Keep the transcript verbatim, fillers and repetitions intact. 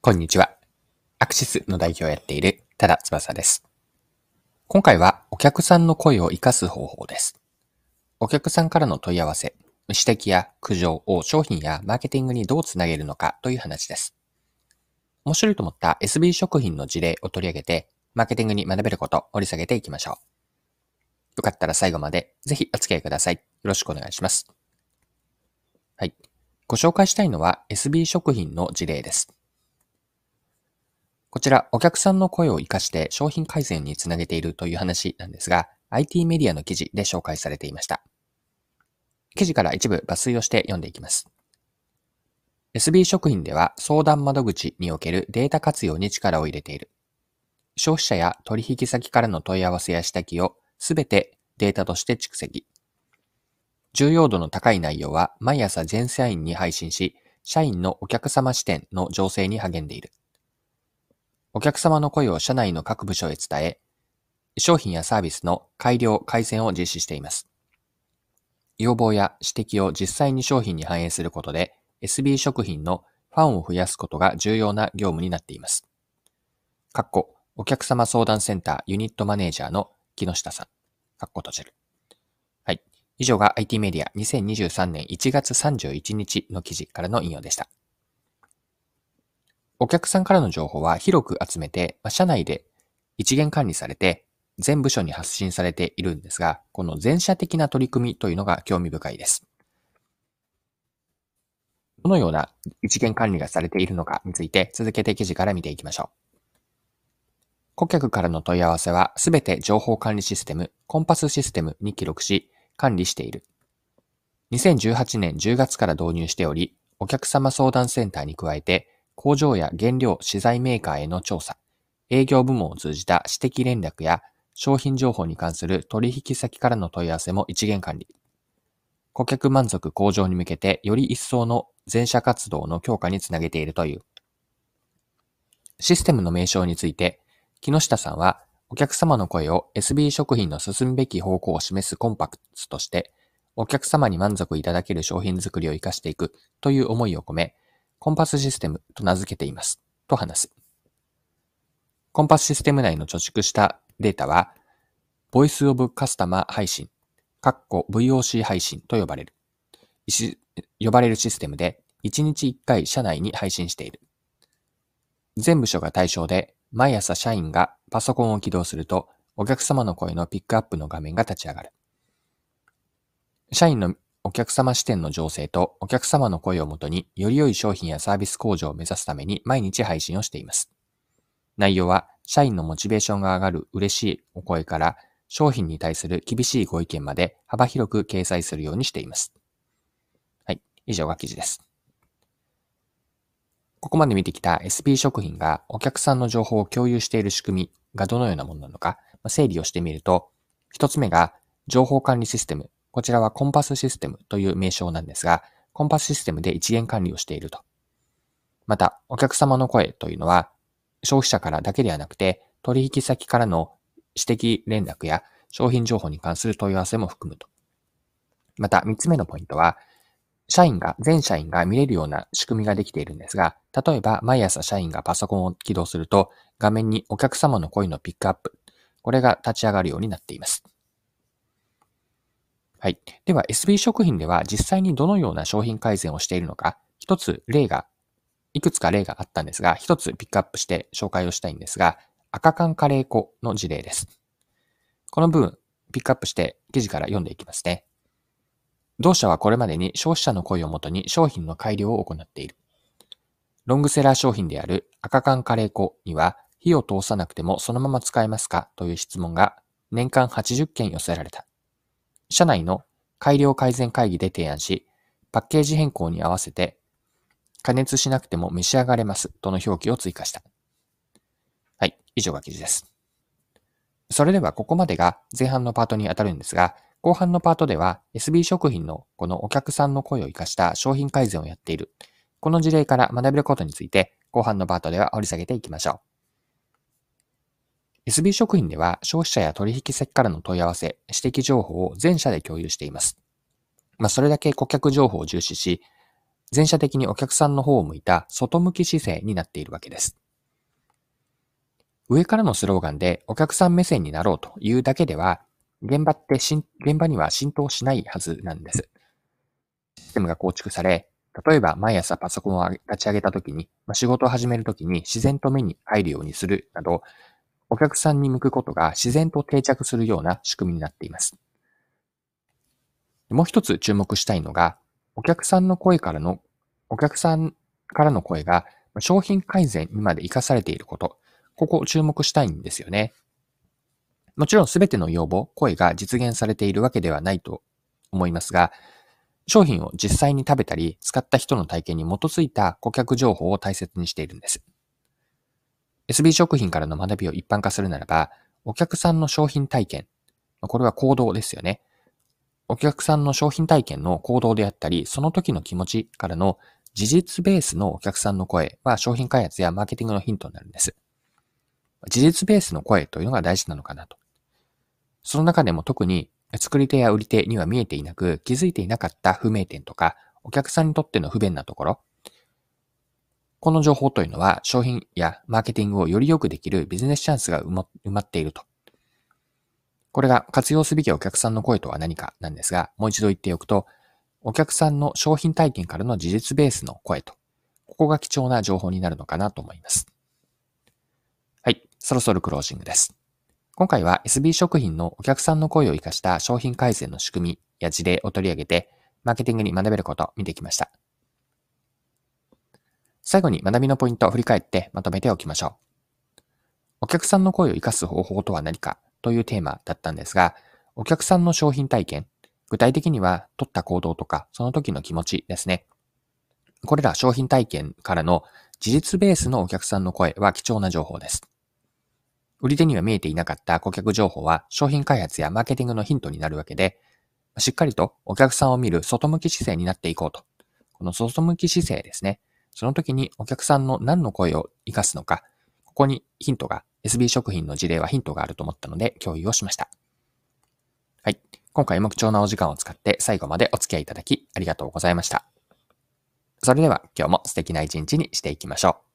こんにちは。アクシスの代表をやっている多田翼です。今回はお客さんの声を活かす方法です。お客さんからの問い合わせ、指摘や苦情を商品やマーケティングにどうつなげるのかという話です。面白いと思った エスビー 食品の事例を取り上げて、マーケティングに学べることを掘り下げていきましょう。よかったら最後までぜひお付き合いください。よろしくお願いします。はい。ご紹介したいのは エスビー 食品の事例です。こちら、お客さんの声を活かして商品改善につなげているという話なんですが、アイティー メディアの記事で紹介されていました。記事から一部抜粋をして読んでいきます。エスビー 食品では相談窓口におけるデータ活用に力を入れている。消費者や取引先からの問い合わせや指摘をすべてデータとして蓄積。重要度の高い内容は毎朝全社員に配信し、社員のお客様視点の醸成に励んでいる。お客様の声を社内の各部署へ伝え、商品やサービスの改良・改善を実施しています。要望や指摘を実際に商品に反映することで、エスビー 食品のファンを増やすことが重要な業務になっています。かっこお客様相談センターユニットマネージャーの木下さん。かっこ閉じる。はい。以上が アイティー メディアにせんにじゅうさんねんいちがつさんじゅういちにちの記事からの引用でした。お客さんからの情報は広く集めて、社内で一元管理されて、全部署に発信されているんですが、この全社的な取り組みというのが興味深いです。どのような一元管理がされているのかについて続けて記事から見ていきましょう。顧客からの問い合わせはすべて情報管理システム、コンパスシステムに記録し、管理している。にせんじゅうはちねんじゅうがつから導入しており、お客様相談センターに加えて、工場や原料資材メーカーへの調査、営業部門を通じた指摘連絡や商品情報に関する取引先からの問い合わせも一元管理。顧客満足向上に向けてより一層の全社活動の強化につなげているという。システムの名称について、木下さんはお客様の声を エスビー 食品の進むべき方向を示すコンパクトとして、お客様に満足いただける商品作りを活かしていくという思いを込め、コンパスシステムと名付けています。と話す。コンパスシステム内の貯蓄したデータは、ボイスオブカスタマー配信、かっこ ブイオーシー 配信と呼ばれる。呼ばれるシステムで、いちにちいっかい社内に配信している。全部署が対象で、毎朝社員がパソコンを起動すると、お客様の声のピックアップの画面が立ち上がる。社員のお客様視点の情勢とお客様の声をもとにより良い商品やサービス向上を目指すために毎日配信をしています。内容は社員のモチベーションが上がる嬉しいお声から商品に対する厳しいご意見まで幅広く掲載するようにしています。はい、以上が記事です。ここまで見てきた エスビー 食品がお客さんの情報を共有している仕組みがどのようなものなのか整理をしてみると、一つ目が情報管理システム。こちらはコンパスシステムという名称なんですが、コンパスシステムで一元管理をしていると。また、お客様の声というのは、消費者からだけではなくて、取引先からの指摘連絡や商品情報に関する問い合わせも含むと。また、三つ目のポイントは、社員が、全社員が見れるような仕組みができているんですが、例えば、毎朝社員がパソコンを起動すると、画面にお客様の声のピックアップ、これが立ち上がるようになっています。はい。では エスビー 食品では実際にどのような商品改善をしているのか、一つ例が、いくつか例があったんですが、一つピックアップして紹介をしたいんですが、赤缶カレー粉の事例です。この部分、ピックアップして記事から読んでいきますね。同社はこれまでに消費者の声をもとに商品の改良を行っている。ロングセラー商品である赤缶カレー粉には、火を通さなくてもそのまま使えますかという質問が年間はちじゅっけん寄せられた。社内の改良改善会議で提案し、パッケージ変更に合わせて加熱しなくても召し上がれますとの表記を追加した。はい、以上が記事です。それではここまでが前半のパートに当たるんですが、後半のパートでは エスビー 食品のこのお客さんの声を生かした商品改善をやっている。この事例から学べることについて後半のパートでは掘り下げていきましょう。エスビー 食品では消費者や取引先からの問い合わせ、指摘情報を全社で共有しています。まあ、それだけ顧客情報を重視し、 全社的にお客さんの方を向いた外向き姿勢になっているわけです。上からのスローガンでお客さん目線になろうというだけでは、現場ってしん現場には浸透しないはずなんです。システムが構築され、例えば毎朝パソコンを立ち上げたときに、まあ、仕事を始めるときに自然と目に入るようにするなど、お客さんに向くことが自然と定着するような仕組みになっています。もう一つ注目したいのが、お客さんの声からの、お客さんからの声が商品改善にまで活かされていること、ここを注目したいんですよね。もちろんすべての要望、声が実現されているわけではないと思いますが、商品を実際に食べたり、使った人の体験に基づいた顧客情報を大切にしているんです。エスビー 食品からの学びを一般化するならば、お客さんの商品体験、これは行動ですよね。お客さんの商品体験の行動であったり、その時の気持ちからの事実ベースのお客さんの声は商品開発やマーケティングのヒントになるんです。事実ベースの声というのが大事なのかなと。その中でも特に作り手や売り手には見えていなく、気づいていなかった不明点とか、お客さんにとっての不便なところ、この情報というのは商品やマーケティングをより良くできるビジネスチャンスが埋まっていると。これが活用すべきお客さんの声とは何かなんですが、もう一度言っておくと、お客さんの商品体験からの事実ベースの声と、ここが貴重な情報になるのかなと思います。はい、そろそろクロージングです。今回は エスビー 食品のお客さんの声を生かした商品改善の仕組みや事例を取り上げて、マーケティングに学べることを見てきました。最後に学びのポイントを振り返ってまとめておきましょう。お客さんの声を生かす方法とは何かというテーマだったんですが、お客さんの商品体験、具体的には取った行動とかその時の気持ちですね。これら商品体験からの事実ベースのお客さんの声は貴重な情報です。売り手には見えていなかった顧客情報は商品開発やマーケティングのヒントになるわけで、しっかりとお客さんを見る外向き姿勢になっていこうと。この外向き姿勢ですね。その時にお客さんの何の声を活かすのか、ここにヒントが、エスビー 食品の事例はヒントがあると思ったので共有をしました。はい。今回も貴重なお時間を使って最後までお付き合いいただきありがとうございました。それでは今日も素敵な一日にしていきましょう。